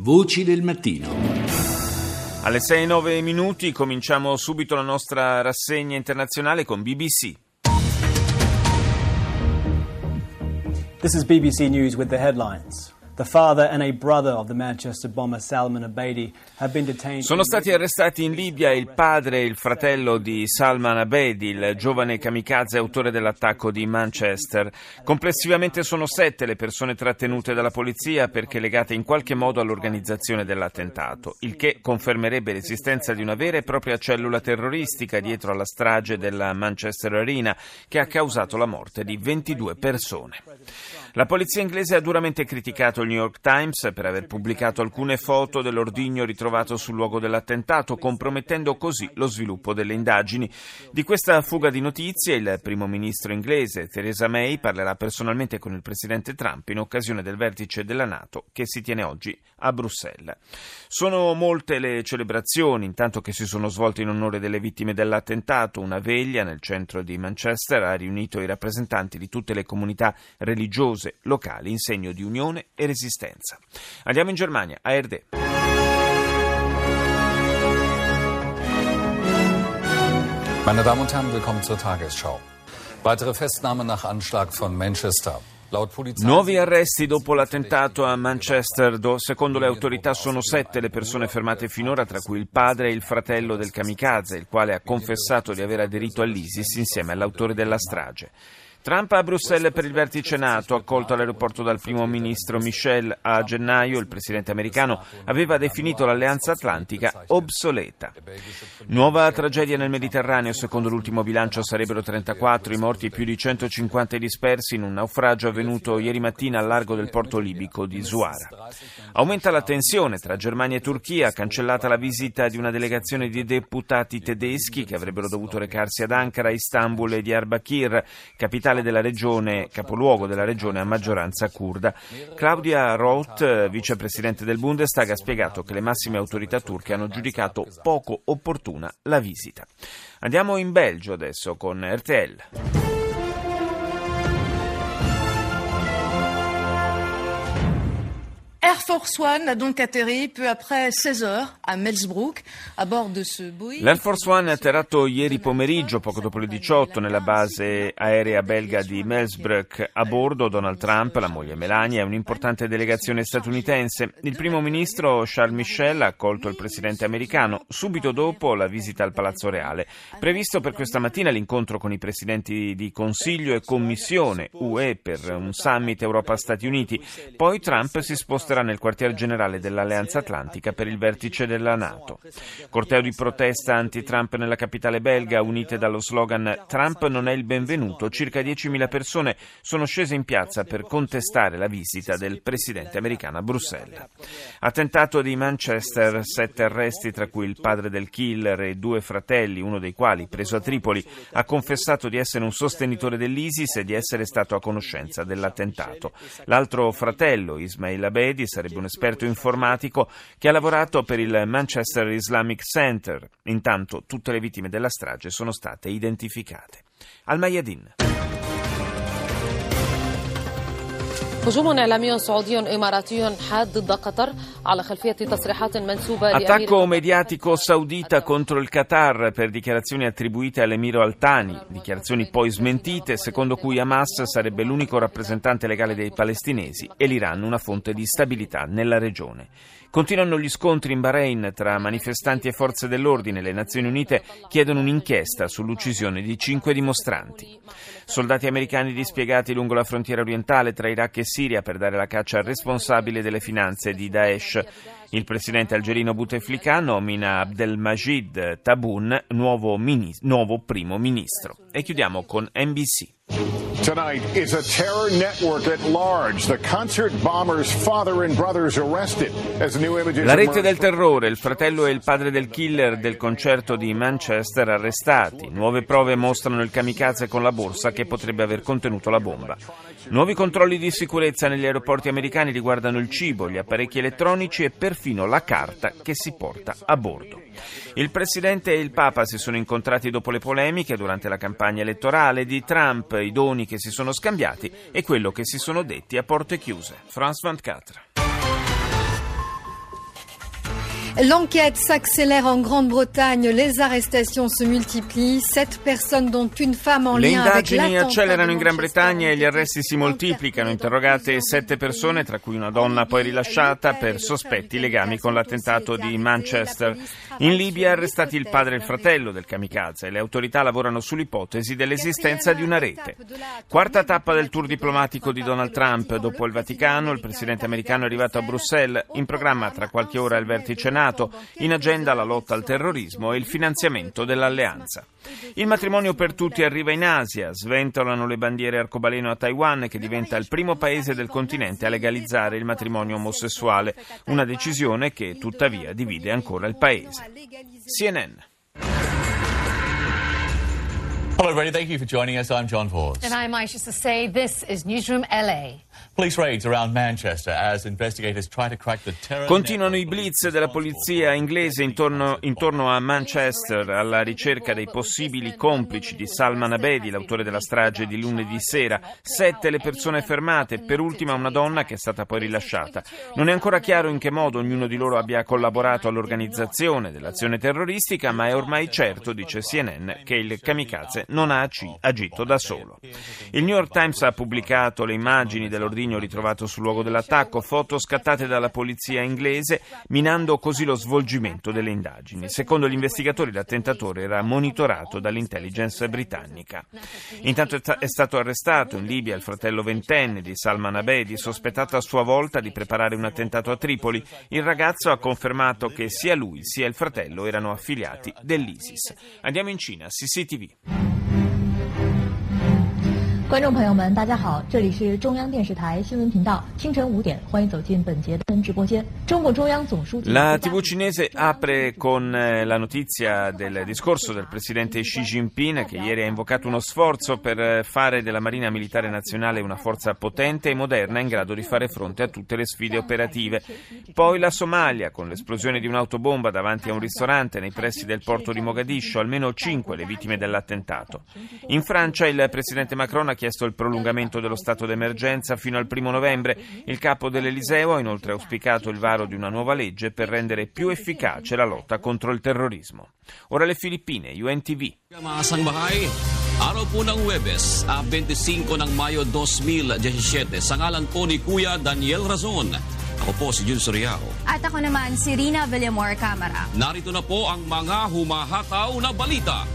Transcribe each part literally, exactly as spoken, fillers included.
Voci del mattino. Alle sei e nove minuti cominciamo subito la nostra rassegna internazionale con B B C. This is B B C News with the headlines. The father and a brother of the Manchester bomber Salman Abedi have been detained. Sono stati arrestati in Libia il padre e il fratello di Salman Abedi, il giovane kamikaze autore dell'attacco di Manchester. Complessivamente sono sette le persone trattenute dalla polizia perché legate in qualche modo all'organizzazione dell'attentato, il che confermerebbe l'esistenza di una vera e propria cellula terroristica dietro alla strage della Manchester Arena che ha causato la morte di ventidue persone. La polizia inglese ha duramente criticato il New York Times per aver pubblicato alcune foto dell'ordigno ritrovato sul luogo dell'attentato, compromettendo così lo sviluppo delle indagini. Di questa fuga di notizie il primo ministro inglese Theresa May parlerà personalmente con il presidente Trump in occasione del vertice della NATO che si tiene oggi a Bruxelles. Sono molte le celebrazioni, intanto che si sono svolte in onore delle vittime dell'attentato. Una veglia nel centro di Manchester ha riunito i rappresentanti di tutte le comunità religiose locali in segno di unione e resistenza. Andiamo in Germania, a Erde. Meine Damen und Herren, willkommen zur Tagesschau. Weitere Festnahme nach Anschlag von Manchester. Nuovi arresti dopo l'attentato a Manchester. Secondo le autorità sono sette le persone fermate finora, tra cui il padre e il fratello del kamikaze, il quale ha confessato di aver aderito all'ISIS insieme all'autore della strage. Trump a Bruxelles per il vertice NATO, accolto all'aeroporto dal primo ministro Michel. A gennaio il presidente americano aveva definito l'Alleanza Atlantica obsoleta. Nuova tragedia nel Mediterraneo. Secondo l'ultimo bilancio sarebbero trentaquattro i morti e più di centocinquanta i dispersi in un naufragio avvenuto ieri mattina al largo del porto libico di Zuara. Aumenta la tensione tra Germania e Turchia, cancellata la visita di una delegazione di deputati tedeschi che avrebbero dovuto recarsi ad Ankara, Istanbul e Diyarbakir, capitale della regione, capoluogo della regione a maggioranza curda. Claudia Roth, vicepresidente del Bundestag, ha spiegato che le massime autorità turche hanno giudicato poco opportuna la visita. Andiamo in Belgio adesso con R T L. Air Force One a donc atterri peu après seize heures a Melsbrook a bord de ce Boeing. L'Air Force One è atterrato ieri pomeriggio, poco dopo le diciotto, nella base aerea belga di Melsbrook. A bordo Donald Trump, la moglie Melania e un'importante delegazione statunitense. Il primo ministro Charles Michel ha accolto il presidente americano subito dopo la visita al Palazzo Reale. Previsto per questa mattina l'incontro con i presidenti di Consiglio e Commissione U E per un summit Europa-Stati Uniti. Poi Trump si sposterà nel quartier generale dell'Alleanza Atlantica per il vertice della NATO. Corteo di protesta anti-Trump nella capitale belga, unite dallo slogan "Trump non è il benvenuto". Circa diecimila persone sono scese in piazza per contestare la visita del presidente americano a Bruxelles. Attentato di Manchester, sette arresti, tra cui il padre del killer e due fratelli, uno dei quali, preso a Tripoli, ha confessato di essere un sostenitore dell'ISIS e di essere stato a conoscenza dell'attentato. L'altro fratello, Ismail Abedi, sarebbe un esperto informatico che ha lavorato per il Manchester Islamic Center. Intanto tutte le vittime della strage sono state identificate. Al Mayadin. هجوم إعلامي سعودي إماراتي حاد ضد قطر على خلفية تصريحات منسوبة Attacco mediatico saudita contro il Qatar per dichiarazioni attribuite all'emiro Al-Thani, dichiarazioni poi smentite, secondo cui Hamas sarebbe l'unico rappresentante legale dei palestinesi e l'Iran una fonte di stabilità nella regione. Continuano gli scontri in Bahrain tra manifestanti e forze dell'ordine. Le Nazioni Unite chiedono un'inchiesta sull'uccisione di cinque dimostranti. Soldati americani dispiegati lungo la frontiera orientale tra Iraq e Siria per dare la caccia al responsabile delle finanze di Daesh. Il presidente algerino Bouteflika nomina Abdelmajid Tabboune nuovo, mini, nuovo primo ministro. E chiudiamo con N B C. Tonight is a terror network at large. The concert bombers' father and brothers arrested as new images. La rete del terrore, il fratello e il padre del killer del concerto di Manchester arrestati. Nuove prove mostrano il kamikaze con la borsa che potrebbe aver contenuto la bomba. Nuovi controlli di sicurezza negli aeroporti americani riguardano il cibo, gli apparecchi elettronici e perfino la carta che si porta a bordo. Il presidente e il Papa si sono incontrati dopo le polemiche durante la campagna elettorale di Trump, i doni che si sono scambiati e quello che si sono detti a porte chiuse. France ventiquattro. L'enquête s'accélère en Grande-Bretagne, les arrestations se multiplient, sept personnes dont une femme en Le lien avec indagini l'attentat accelerano in di Gran Manchester. Bretagna e gli arresti si moltiplicano, interrogate sette persone, tra cui una donna poi rilasciata per sospetti legami con l'attentato di Manchester. In Libia arrestati il padre e il fratello del kamikaze e le autorità lavorano sull'ipotesi dell'esistenza di una rete. Quarta tappa del tour diplomatico di Donald Trump. Dopo il Vaticano, il presidente americano è arrivato a Bruxelles, in programma tra qualche ora il vertice NATO, in agenda la lotta al terrorismo e il finanziamento dell'alleanza. Il matrimonio per tutti arriva in Asia, sventolano le bandiere arcobaleno a Taiwan, che diventa il primo paese del continente a legalizzare il matrimonio omosessuale, una decisione che tuttavia divide ancora il paese. C N N. Hello, everybody. Thank you for joining us. I'm John Force. And I'm Aisha Sasay. This is Newsroom L A. Police raids around Manchester as investigators try to crack the terror. Continuano i blitz della polizia inglese intorno, intorno a Manchester alla ricerca dei possibili complici di Salman Abedi, l'autore della strage di lunedì sera. Sette le persone fermate, per ultima una donna che è stata poi rilasciata. Non è ancora chiaro in che modo ognuno di loro abbia collaborato all'organizzazione dell'azione terroristica, ma è ormai certo, dice C N N, che il kamikaze non ha agito da solo. Il New York Times ha pubblicato le immagini dell'ordigno ritrovato sul luogo dell'attacco, foto scattate dalla polizia inglese, minando così lo svolgimento delle indagini. Secondo gli investigatori l'attentatore era monitorato dall'intelligence britannica. Intanto è stato arrestato in Libia il fratello ventenne di Salman Abedi, sospettato a sua volta di preparare un attentato a Tripoli. Il ragazzo ha confermato che sia lui sia il fratello erano affiliati dell'ISIS. Andiamo in Cina, C C T V. 观众朋友们，大家好，这里是中央电视台新闻频道，清晨五点，欢迎走进本节的直播间。中共中央总书记 La tivù cinese apre con la notizia del discorso del presidente Xi Jinping, che ieri ha invocato uno sforzo per fare della Marina Militare Nazionale una forza potente e moderna in grado di fare fronte a tutte le sfide operative. Poi la Somalia, con l'esplosione di un'autobomba davanti a un ristorante nei pressi del porto di Mogadiscio, almeno cinque le vittime dell'attentato. In Francia il presidente Macron ha chiesto il prolungamento dello stato d'emergenza fino al primo novembre. Il capo dell'Eliseo ha inoltre auspicato il varo di una nuova legge per rendere più efficace la lotta contro il terrorismo. Ora le Filippine, U N T V. Maasang bahay. Araw po ng Huwebes, twenty-five ng Mayo twenty seventeen, sa ngalan po ni Kuya Daniel Razon. Ako po si Jun Soriao. At ako naman si Rina Villamor Camara. Narito na po ang mga humahataw na balita.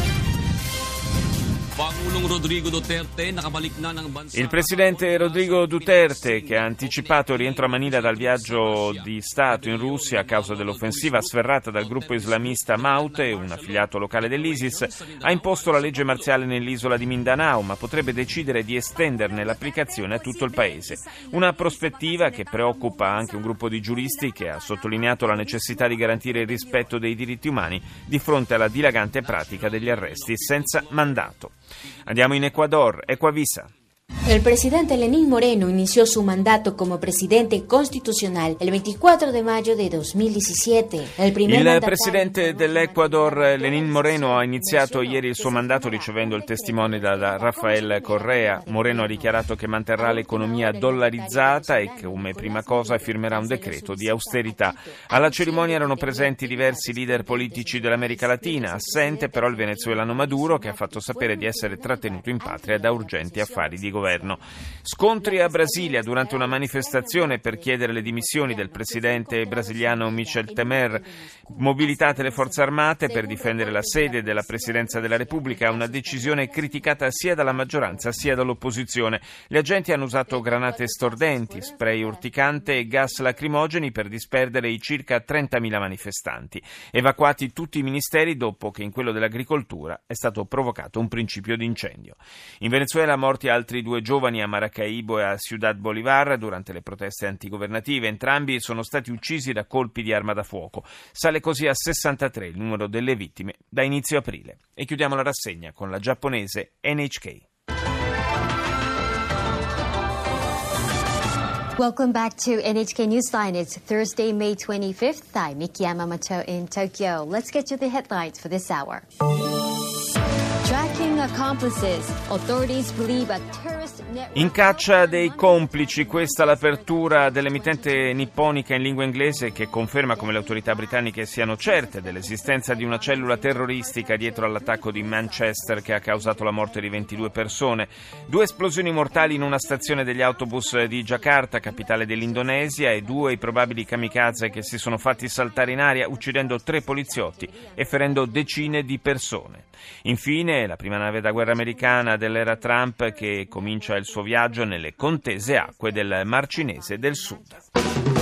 Il presidente Rodrigo Duterte, che ha anticipato il rientro a Manila dal viaggio di Stato in Russia a causa dell'offensiva sferrata dal gruppo islamista Maute, un affiliato locale dell'ISIS, ha imposto la legge marziale nell'isola di Mindanao, ma potrebbe decidere di estenderne l'applicazione a tutto il paese. Una prospettiva che preoccupa anche un gruppo di giuristi che ha sottolineato la necessità di garantire il rispetto dei diritti umani di fronte alla dilagante pratica degli arresti senza mandato. Andiamo in Ecuador, Ecuavisa. El presidente Lenín Moreno inició su mandato como presidente constitucional el veinticuatro de mayo de dos mil diecisiete. El primer il presidente dell'Ecuador, Lenín Moreno, ha iniziato ieri il suo mandato ricevendo il testimone da Rafael Correa. Moreno ha dichiarato che manterrà l'economia dollarizzata e che come prima cosa firmerà un decreto di austerità. Alla cerimonia erano presenti diversi leader politici dell'America Latina, assente però il venezuelano Maduro, che ha fatto sapere di essere trattenuto in patria da urgenti affari di governo. Scontri a Brasilia durante una manifestazione per chiedere le dimissioni del presidente brasiliano Michel Temer. Mobilitate le forze armate per difendere la sede della presidenza della Repubblica, una decisione criticata sia dalla maggioranza sia dall'opposizione. Gli agenti hanno usato granate stordenti, spray urticante e gas lacrimogeni per disperdere i circa trentamila manifestanti. Evacuati tutti i ministeri dopo che in quello dell'agricoltura è stato provocato un principio di incendio. In Venezuela morti altri due giovani a Maracaibo e a Ciudad Bolívar durante le proteste antigovernative. Entrambi sono stati uccisi da colpi di arma da fuoco. Sale così a sessantatré il numero delle vittime da inizio aprile. E chiudiamo la rassegna con la giapponese N H K. Welcome back to N H K Newsline. It's Thursday, May twenty-fifth. I'm Miki Yamamoto in Tokyo. Let's get to the headlines for this hour. Tracking Seeking accomplices, authorities believe a terrorist network... In caccia dei complici, questa l'apertura dell'emittente nipponica in lingua inglese che conferma come le autorità britanniche siano certe dell'esistenza di una cellula terroristica dietro all'attacco di Manchester che ha causato la morte di ventidue persone. Due esplosioni mortali in una stazione degli autobus di Giacarta, capitale dell'Indonesia, e due i probabili kamikaze che si sono fatti saltare in aria uccidendo tre poliziotti e ferendo decine di persone. Infine, la prima nave da guerra americana dell'era Trump che comincia il suo viaggio nelle contese acque del Mar Cinese del Sud.